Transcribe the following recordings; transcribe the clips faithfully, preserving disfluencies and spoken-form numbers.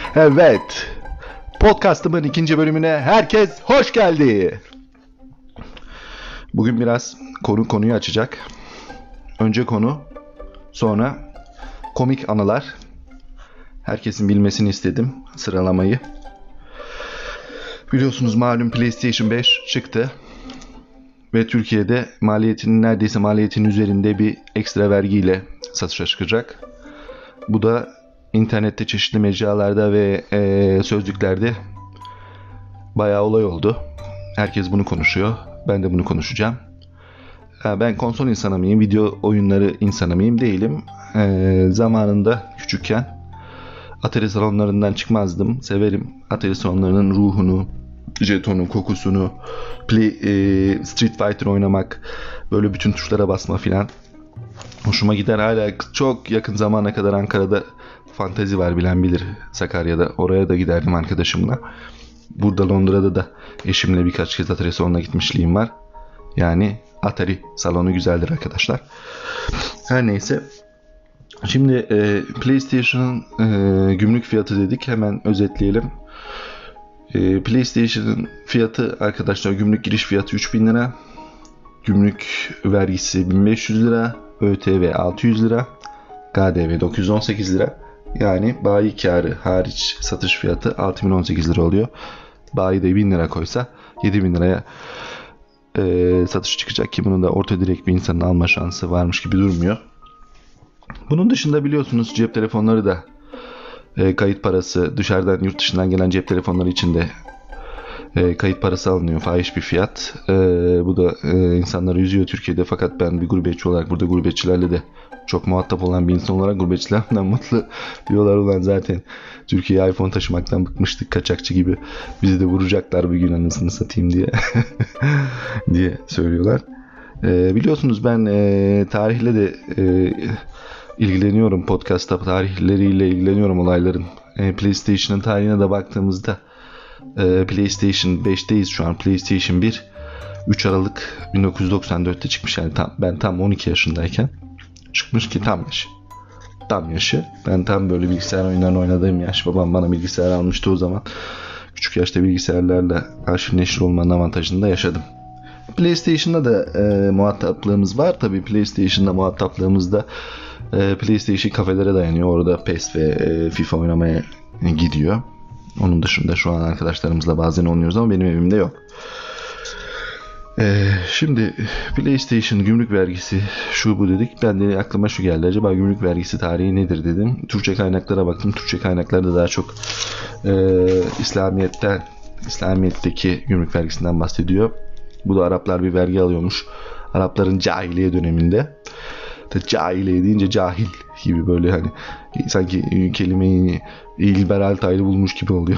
Evet, podcastımın ikinci bölümüne herkes hoş geldi. Bugün biraz konu konuyu açacak. Önce konu, sonra komik anılar. Herkesin bilmesini istedim sıralamayı. Biliyorsunuz malum PlayStation beş çıktı. Ve Türkiye'de maliyetinin neredeyse maliyetinin üzerinde bir ekstra vergiyle satışa çıkacak. Bu da internette, çeşitli mecralarda ve e, sözlüklerde bayağı olay oldu. Herkes bunu konuşuyor. Ben de bunu konuşacağım. Ha, ben konsol insanı mıyım, video oyunları insanı mıyım? Değilim. E, zamanında küçükken Atari salonlarından çıkmazdım. Severim Atari salonlarının ruhunu, jetonu, kokusunu, play, e, Street Fighter oynamak, böyle bütün tuşlara basma filan. Hoşuma gider. Hala çok yakın zamana kadar Ankara'da Fantezi var, bilen bilir, Sakarya'da. Oraya da giderdim arkadaşımla. Burada Londra'da da eşimle birkaç kez Atari salonuna gitmişliğim var. Yani Atari salonu güzeldir arkadaşlar. Her neyse. Şimdi e, PlayStation'ın e, gümrük fiyatı dedik. Hemen özetleyelim. E, PlayStation'ın fiyatı arkadaşlar, gümrük giriş fiyatı üç bin lira. Gümrük vergisi bin beş yüz lira. ÖTV altı yüz lira. K D V dokuz yüz on sekiz lira. Yani bayi karı hariç satış fiyatı altı bin on sekiz lira oluyor. Bayi de bin lira koysa yedi bin liraya e, satış çıkacak ki bunu da orta direkt bir insanın alma şansı varmış gibi durmuyor. Bunun dışında biliyorsunuz cep telefonları da e, kayıt parası, dışarıdan, yurt dışından gelen cep telefonları için de e, kayıt parası alınıyor. Fahiş bir fiyat. E, bu da e, insanları üzüyor Türkiye'de, fakat ben bir gurbetçi olarak burada gurbetçilerle de çok muhatap olan bir insan olarak gurbetçilerden mutlu diyorlar. Ulan zaten Türkiye'ye iPhone taşımaktan bıkmıştık, kaçakçı gibi. Bizi de vuracaklar bir gün, anasını satayım diye diye söylüyorlar. E, biliyorsunuz ben e, tarihle de e, ilgileniyorum. Podcast'ta tarihleriyle ilgileniyorum, olayların. E, PlayStation'ın tarihine de baktığımızda e, PlayStation beşteyiz şu an. PlayStation bir üç Aralık bin dokuz yüz doksan dörtte çıkmış. Yani tam, ben tam on iki yaşındayken çıkmış ki tam yaşı. Tam yaşı. Ben tam böyle bilgisayar oyunlarını oynadığım yaş. Babam bana bilgisayar almıştı o zaman. Küçük yaşta bilgisayarlarla haşır neşir olmanın avantajını da yaşadım. PlayStation'da da e, muhataplığımız var. Tabii PlayStation'da muhataplığımızda e, PlayStation kafelere dayanıyor. Orada PES ve e, FIFA oynamaya gidiyor. Onun dışında şu an arkadaşlarımızla bazen oynuyoruz ama benim evimde yok. Ee, şimdi PlayStation gümrük vergisi şu bu dedik. Ben de aklıma şu geldi. Acaba gümrük vergisi tarihi nedir dedim. Türkçe kaynaklara baktım. Türkçe kaynaklarda daha çok e, İslamiyet'ten, İslamiyet'teki gümrük vergisinden bahsediyor. Bu da Araplar bir vergi alıyormuş. Arapların cahiliye döneminde. Cahiliye deyince cahil gibi, böyle hani sanki kelimeyi İlber Altaylı bulmuş gibi oluyor.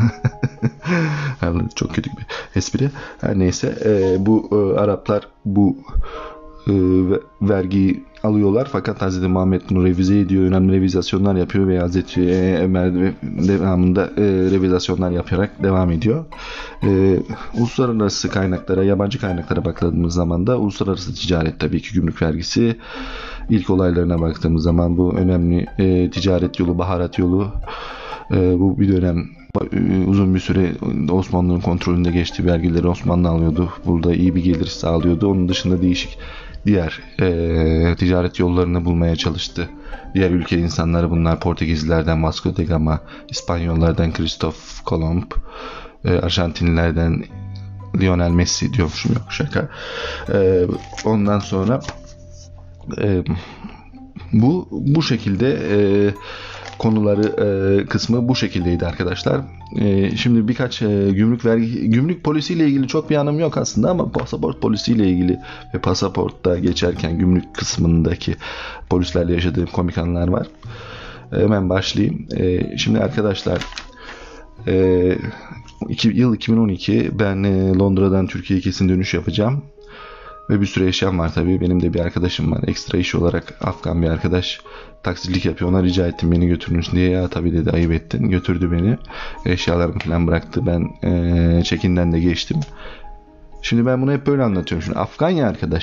Yani çok kötü bir espri. Her neyse e, bu e, Araplar bu e, vergiyi alıyorlar, fakat Hz. Muhammed bunu revize ediyor, önemli revizasyonlar yapıyor ve Hz. Ömer devamında e, revizasyonlar yaparak devam ediyor. E, uluslararası kaynaklara, yabancı kaynaklara baktığımız zaman da uluslararası ticaret tabii ki gümrük vergisi. İlk olaylarına baktığımız zaman bu önemli e, ticaret yolu, baharat yolu. E, bu bir dönem uzun bir süre Osmanlı'nın kontrolünde geçtiği vergileri Osmanlı alıyordu. Burada iyi bir gelir sağlıyordu. Onun dışında değişik diğer e, ticaret yollarını bulmaya çalıştı. Diğer ülke insanları, bunlar Portekizlilerden Vasco da Gama, İspanyollardan Christoph Kolomb, e, Arjantinlilerden Lionel Messi diyormuşum, yok şaka. E, ondan sonra e, bu bu şekilde e, konuları e, kısmı bu şekildeydi arkadaşlar. E, şimdi birkaç e, gümrük vergi, gümrük polisiyle ilgili çok bir anım yok aslında, ama pasaport polisiyle ilgili ve pasaportta geçerken gümrük kısmındaki polislerle yaşadığım komik anılar var. E, hemen başlayayım. E, şimdi arkadaşlar e, iki, yıl iki bin on iki, ben e, Londra'dan Türkiye'ye kesin dönüş yapacağım. Ve bir sürü eşyam var tabii. Benim de bir arkadaşım var. Ekstra iş olarak Afgan bir arkadaş taksicilik yapıyor. Ona rica ettim beni götürün diye. Ya tabii dedi, ayıp ettin. Götürdü beni. Eşyalarımı falan bıraktı. Ben ee, check-in'den de geçtim. Şimdi ben bunu hep böyle anlatıyorum. Şimdi Afgan ya arkadaş.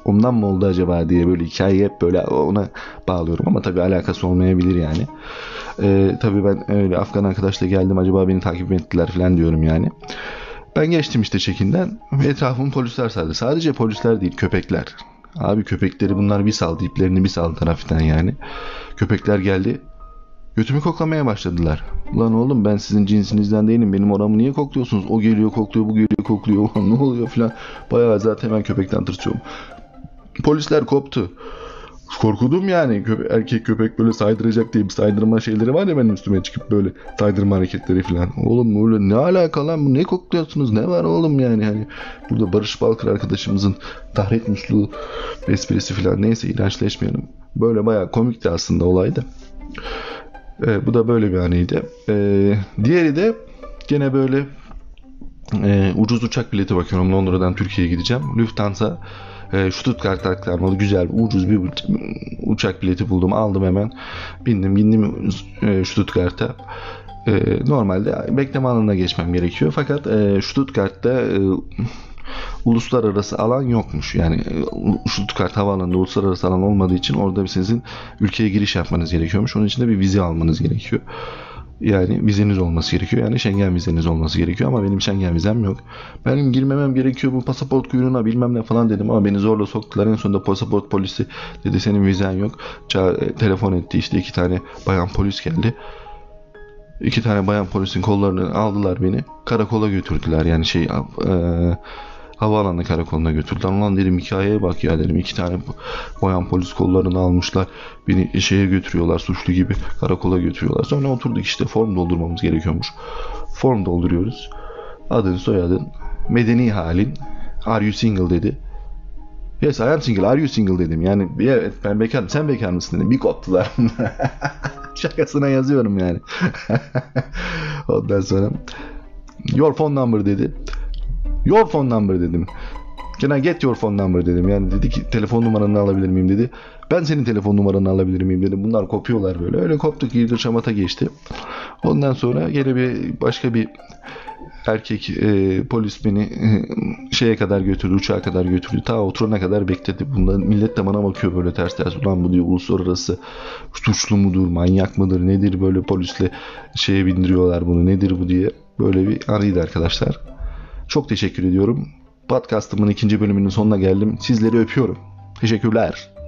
ondan mı oldu acaba diye böyle hikayeyi hep böyle ona bağlıyorum ama tabii alakası olmayabilir yani. Ee, tabii ben öyle Afgan arkadaşla geldim, acaba beni takip mi ettiler falan diyorum yani. Ben geçtim işte çekinden. Etrafımı polisler sardı. Sadece polisler değil, köpekler. Abi köpekleri bunlar bir saldı. İplerini bir saldı hafiften yani. Köpekler geldi. Götümü koklamaya başladılar. Ulan oğlum ben sizin cinsinizden değilim. Benim oramı niye kokluyorsunuz? O geliyor kokluyor, bu geliyor kokluyor. Ulan ne oluyor falan. Bayağı zaten ben köpekten tırsıyorum. Polisler koptu. Korkudum yani. Köpe- erkek köpek böyle saydıracak diye bir saydırma şeyleri var ya benim üstüme çıkıp böyle saydırma hareketleri falan. Oğlum öyle ne alaka lan, bu ne kokluyorsunuz, ne var oğlum yani. Hani burada Barış Balkır arkadaşımızın tahret musluğu esprisi falan, neyse iğrençleşmeyelim. Böyle bayağı komikti aslında olaydı. Ee, bu da böyle bir anıydı. Ee, diğeri de gene böyle e, ucuz uçak bileti bakıyorum. Londra'dan Türkiye'ye gideceğim. Lufthansa e, Stuttgart aktarmalı güzel ucuz bir uçak bileti buldum. Aldım hemen. Bindim bindim e, Stuttgart'a. E, normalde bekleme alanına geçmem gerekiyor. Fakat e, Stuttgart'ta e, uluslararası alan yokmuş. Yani e, Stuttgart havaalanında uluslararası alan olmadığı için orada sizin ülkeye giriş yapmanız gerekiyormuş. Onun için de bir vize almanız gerekiyor. Yani vizeniz olması gerekiyor. Yani Schengen vizeniz olması gerekiyor ama benim Schengen vizem yok. Benim girmemem gerekiyor bu pasaport kuyruğuna bilmem ne falan dedim ama beni zorla soktular. En sonunda pasaport polisi dedi senin vizen yok. Ça- telefon etti, işte iki tane bayan polis geldi. İki tane bayan polisin kollarını aldılar beni. Karakola götürdüler yani şey e, havaalanı karakoluna götürdüler. Ulan dedim hikayeye bak ya dedim. İki tane bayan polis kollarını almışlar. Beni şeye götürüyorlar suçlu gibi. Karakola götürüyorlar. Sonra oturduk işte form doldurmamız gerekiyormuş. Form dolduruyoruz. Adın, soyadın, medeni halin. Are you single dedi. Yes I am single. Are you single dedim. Yani evet ben bekarım. Sen bekar mısın dedim. Bir koptular. Şakasına yazıyorum yani. Ondan sonra your phone number dedi. Your phone number dedim. Can I get your phone number dedim. Yani dedi ki telefon numaranı alabilir miyim dedi. Ben senin telefon numaranı alabilir miyim dedim. Bunlar kopuyorlar böyle. Öyle koptuk. Yıldır şamata geçti. Ondan sonra gene bir başka bir erkek e, polis beni e, şeye kadar götürdü, uçağa kadar götürdü. Ta oturana kadar bekledi. Bunda millet de bana bakıyor böyle ters ters. Ulan bu diyor uluslararası suçlu mudur, manyak mıdır, nedir böyle polisle şeye bindiriyorlar bunu, nedir bu diye. Böyle bir anıydı arkadaşlar. Çok teşekkür ediyorum. Podcast'ımın ikinci bölümünün sonuna geldim. Sizleri öpüyorum. Teşekkürler.